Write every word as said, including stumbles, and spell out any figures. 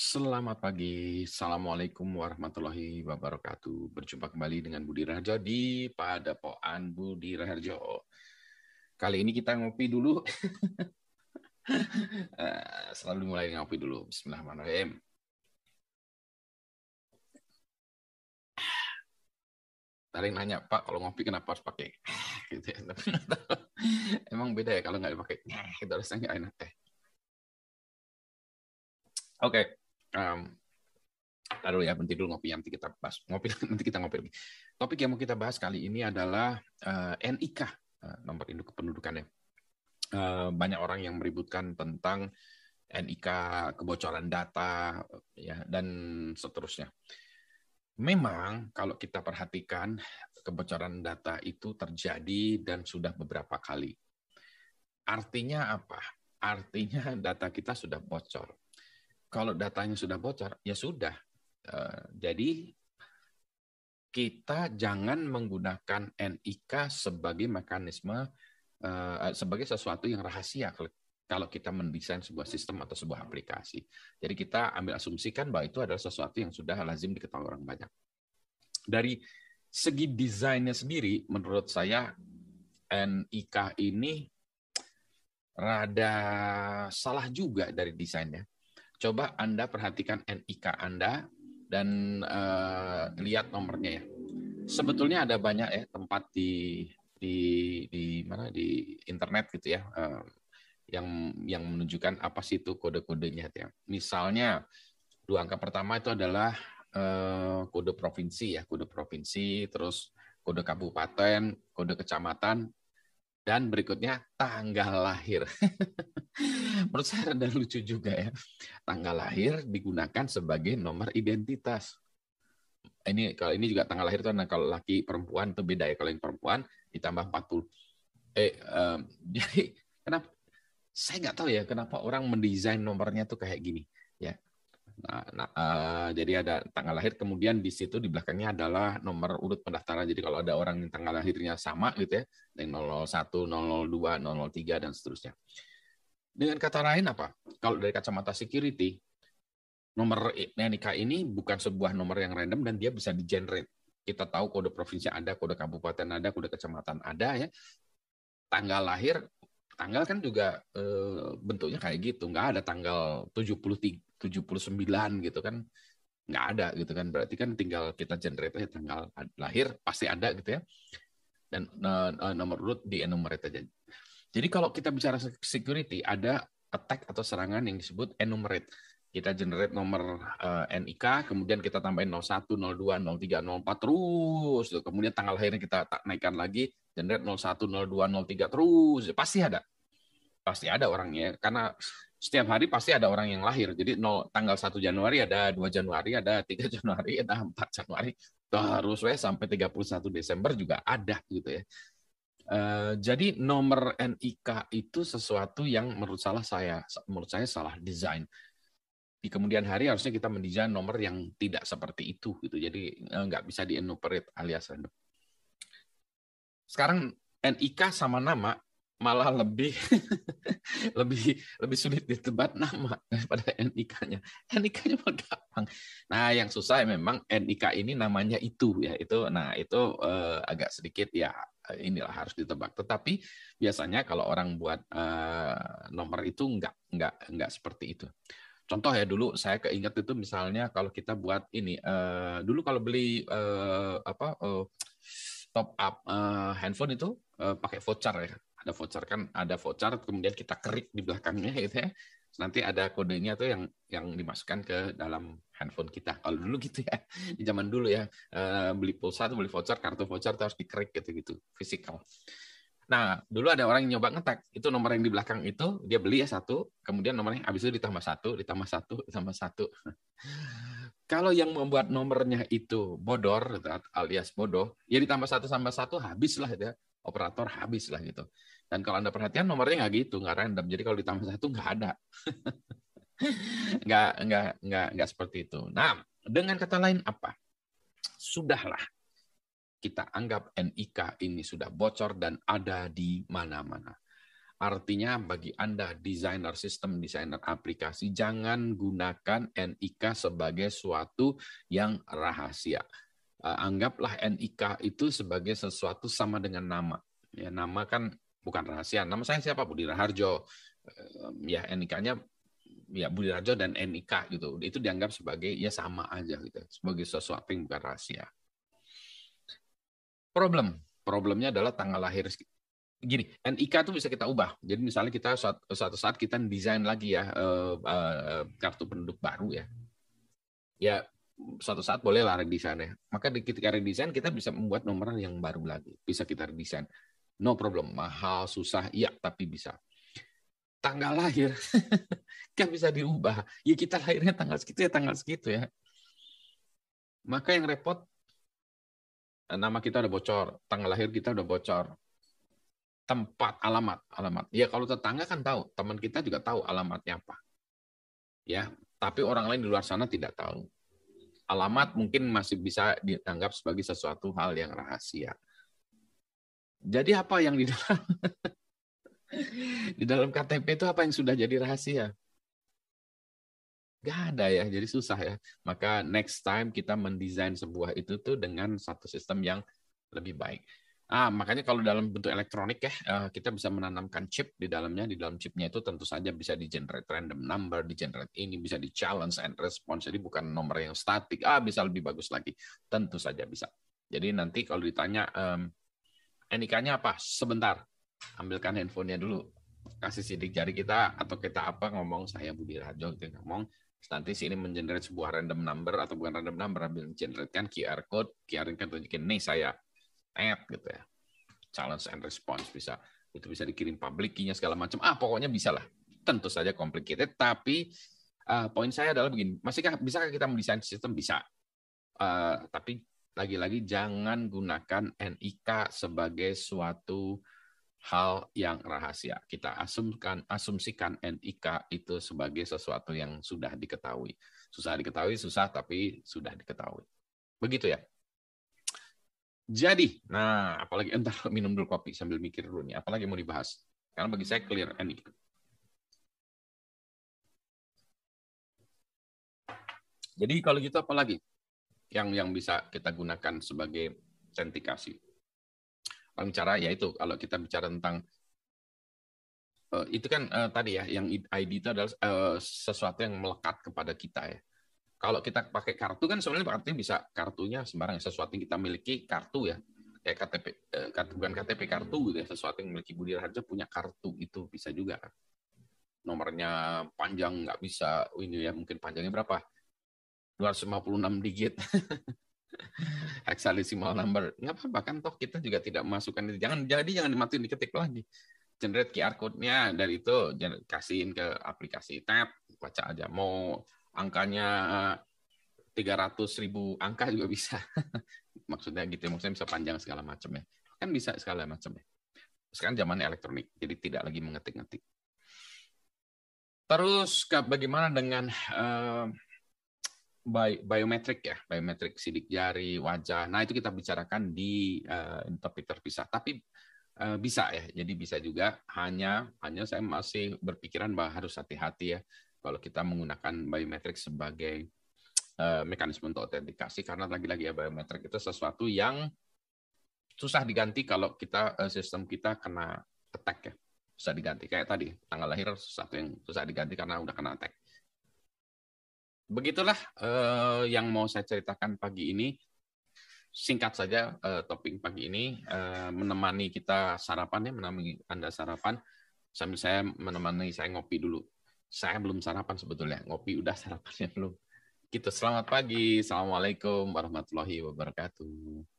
Selamat pagi, Assalamualaikum warahmatullahi wabarakatuh. Berjumpa kembali dengan Budi Raharjo di Padepokan Budi Raharjo. Kali ini kita ngopi dulu. Selalu mulai ngopi dulu. Bismillahirrahmanirrahim. Ada yang nanya, Pak, kalau ngopi kenapa harus pakai gitu ya. Emang beda ya kalau nggak dipakai itu rasanya nggak enak teh. Oke. Um, Taruh ya, berhenti dulu ngopi, nanti kita bahas. Ngopi, nanti kita ngopi lagi. Topik yang mau kita bahas kali ini adalah uh, N I K, uh, nomor induk kependudukannya. Uh, banyak orang yang meributkan tentang N I K, kebocoran data, ya, dan seterusnya. Memang kalau kita perhatikan, kebocoran data itu terjadi dan sudah beberapa kali. Artinya apa? Artinya data kita sudah bocor. Kalau datanya sudah bocor, ya sudah. Jadi kita jangan menggunakan N I K sebagai mekanisme, sebagai sesuatu yang rahasia kalau kita mendesain sebuah sistem atau sebuah aplikasi. Jadi kita ambil asumsikan bahwa itu adalah sesuatu yang sudah lazim diketahui orang banyak. Dari segi desainnya sendiri, menurut saya N I K ini rada salah juga dari desainnya. Coba Anda perhatikan N I K Anda dan uh, lihat nomornya ya. Sebetulnya ada banyak ya tempat di di di mana di internet gitu ya, uh, yang yang menunjukkan apa sih itu kode-kodenya ya. Misalnya dua angka pertama itu adalah uh, kode provinsi ya, kode provinsi, terus kode kabupaten, kode kecamatan, dan berikutnya tanggal lahir. Menurut saya rada lucu juga ya. Tanggal lahir digunakan sebagai nomor identitas. Ini kalau ini juga tanggal lahir itu, nah kalau laki perempuan itu beda ya. Kalau yang perempuan ditambah empat puluh. Eh, um, jadi kenapa? Saya nggak tahu ya kenapa orang mendesain nomornya tuh kayak gini ya. Nah, nah uh, jadi ada tanggal lahir, kemudian di situ di belakangnya adalah nomor urut pendaftaran. Jadi kalau ada orang yang tanggal lahirnya sama gitu ya, yang nol nol satu, nol nol dua, nol nol tiga dan seterusnya. Dengan kata lain apa? Kalau dari kacamata security, nomor N I K ini bukan sebuah nomor yang random dan dia bisa di-generate. Kita tahu kode provinsi ada, kode kabupaten ada, kode kecamatan ada ya. Tanggal lahir, tanggal kan juga e, bentuknya kayak gitu. Nggak ada tanggal tujuh puluh tiga, tujuh puluh sembilan gitu kan. Nggak ada gitu kan. Berarti kan tinggal kita generate aja tanggal lahir, pasti ada gitu ya. Dan e, nomor urut di-enumerate aja. Jadi kalau kita bicara security, ada attack atau serangan yang disebut enumerate. Kita generate nomor uh, N I K, kemudian kita tambahin nol satu, nol dua, nol tiga, nol empat terus. Kemudian tanggal lahirnya kita naikkan lagi, generate nol satu, nol dua, nol tiga terus. Pasti ada. Pasti ada orangnya. Karena setiap hari pasti ada orang yang lahir. Jadi nol, tanggal satu Januari ada, dua Januari ada, tiga Januari ada, empat Januari. Terus we, sampai tiga puluh satu Desember juga ada gitu ya. Uh, jadi nomor N I K itu sesuatu yang menurut salah saya, menurut saya salah desain. Di kemudian hari harusnya kita mendesain nomor yang tidak seperti itu, gitu. Jadi nggak bisa di-enumerate alias random. Sekarang N I K sama nama malah lebih lebih lebih sulit ditebak nama daripada N I K-nya. N I K-nya mah gampang. Nah, yang susah memang N I K ini namanya itu ya itu. Nah itu uh, agak sedikit ya inilah harus ditebak. Tetapi biasanya kalau orang buat uh, nomor itu nggak nggak nggak seperti itu. Contoh ya, dulu saya keinget itu misalnya kalau kita buat ini, uh, dulu kalau beli uh, apa uh, top up uh, handphone itu uh, pakai voucher ya. Ada voucher kan, ada voucher kemudian kita kerik di belakangnya gitu ya. Nanti ada kodenya tuh yang yang dimasukkan ke dalam handphone kita. Kalau dulu gitu ya, di zaman dulu ya, uh, beli pulsa tuh beli voucher, kartu voucher tuh harus dikerik gitu-gitu, fisikal. Nah, dulu ada orang yang nyoba ngetek. Itu nomor yang di belakang itu, dia beli ya satu, kemudian nomornya habis itu ditambah satu, ditambah satu, ditambah satu. Kalau yang membuat nomornya itu bodor, alias bodoh, ya ditambah satu tambah satu, habislah ya. Operator habislah gitu. Dan kalau Anda perhatian, nomornya nggak gitu, nggak random. Jadi kalau ditambah satu, nggak ada. nggak, nggak, nggak, nggak seperti itu. Nah, dengan kata lain apa? Sudahlah. Kita anggap N I K ini sudah bocor dan ada di mana-mana. Artinya bagi Anda desainer sistem, desainer aplikasi, jangan gunakan N I K sebagai suatu yang rahasia. Anggaplah N I K itu sebagai sesuatu sama dengan nama. Ya, nama kan bukan rahasia. Nama saya siapa? Budi Raharjo. Ya, N I K-nya ya Budi Raharjo dan N I K gitu. Itu dianggap sebagai ya sama aja gitu, sebagai sesuatu yang bukan rahasia. Problem, problemnya adalah tanggal lahir. Gini, N I K itu bisa kita ubah. Jadi misalnya kita suatu, suatu saat kita desain lagi ya uh, uh, kartu penduduk baru ya. Ya suatu saat boleh lah redesainnya. Maka ketika redesain kita bisa membuat nomor yang baru lagi. Bisa kita redesain. No problem. Mahal, susah, iya tapi bisa. Tanggal lahir kan bisa diubah. Ya kita lahirnya tanggal segitu ya tanggal segitu ya. Maka yang repot, nama kita udah bocor, tanggal lahir kita udah bocor. Tempat, alamat, alamat. Ya kalau tetangga kan tahu, teman kita juga tahu alamatnya apa. Ya, tapi orang lain di luar sana tidak tahu. Alamat mungkin masih bisa dianggap sebagai sesuatu hal yang rahasia. Jadi apa yang di dalam di dalam K T P itu apa yang sudah jadi rahasia? Gak ada ya, jadi susah ya. Maka next time kita mendesain sebuah itu tuh dengan satu sistem yang lebih baik. Ah, makanya kalau dalam bentuk elektronik ya, kita bisa menanamkan chip di dalamnya. Di dalam chipnya itu tentu saja bisa di-generate random number, di-generate ini, bisa di-challenge and response. Jadi bukan nomor yang statik. Ah, bisa lebih bagus lagi. Tentu saja bisa. Jadi nanti kalau ditanya, um, N I K-nya apa? Sebentar. Ambilkan handphonenya dulu. Kasih sidik jari kita, atau kita apa, ngomong saya Budi Raharjo, gitu ngomong. Nanti sini mengenerate sebuah random number, atau bukan random number, ambil generate-kan Q R code, Q R code tunjukin, nih saya. App gitu ya, challenge and response bisa, itu bisa dikirim public key-nya segala macam. Ah pokoknya bisa lah. Tentu saja complicated, tapi uh, poin saya adalah begini, masihkah bisakah kita mendesain sistem? Bisa, uh, tapi lagi-lagi jangan gunakan N I K sebagai suatu hal yang rahasia. Kita asumsikan asumsikan N I K itu sebagai sesuatu yang sudah diketahui. Susah diketahui, susah tapi sudah diketahui. Begitu ya. Jadi, nah, apalagi entar minum dulu kopi sambil mikir dulu nih, apalagi mau dibahas. Karena bagi saya clear N I K. Jadi kalau gitu apalagi yang yang bisa kita gunakan sebagai autentikasi? Paling cara yaitu kalau kita bicara tentang uh, itu kan uh, tadi ya, yang I D itu adalah uh, sesuatu yang melekat kepada kita ya. Kalau kita pakai kartu kan sebenarnya artinya bisa kartunya sembarang, sesuatu yang kita miliki kartu ya, kayak K T P, eh, kartu, bukan K T P, kartu gitu ya, sesuatu yang miliki Budi Raharjo punya kartu itu bisa juga kan. Nomornya panjang nggak bisa, oh ini ya mungkin panjangnya berapa? dua ratus lima puluh enam digit. Hexadecimal number. Nggak apa-apa kan, toh kita juga tidak memasukkan itu. Jangan, jadi jangan dimatiin, diketik lagi. Generate Q R code-nya dari itu, kasihin ke aplikasi tab, baca aja. Mau angkanya tiga ratus ribu angka juga bisa. Maksudnya gitu, maksudnya bisa panjang segala macam ya. Kan bisa segala macam ya. Sekarang zamannya elektronik, jadi tidak lagi mengetik-ngetik. Terus bagaimana dengan uh, biometrik ya, biometrik sidik jari, wajah. Nah itu kita bicarakan di uh, topik terpisah. Tapi uh, bisa ya, jadi bisa juga. Hanya, hanya saya masih berpikiran bahwa harus hati-hati ya kalau kita menggunakan biometrik sebagai uh, mekanisme untuk autentikasi, karena lagi-lagi ya biometrik itu sesuatu yang susah diganti kalau kita uh, sistem kita kena attack ya, susah diganti. Kayak tadi tanggal lahir sesuatu yang susah diganti karena udah kena attack. Begitulah uh, yang mau saya ceritakan pagi ini. Singkat saja uh, topik pagi ini, uh, menemani kita sarapan ya, menemani Anda sarapan sambil saya menemani saya ngopi dulu. Saya belum sarapan sebetulnya, ngopi udah, sarapannya belum. Gitu, selamat pagi. Assalamualaikum warahmatullahi wabarakatuh.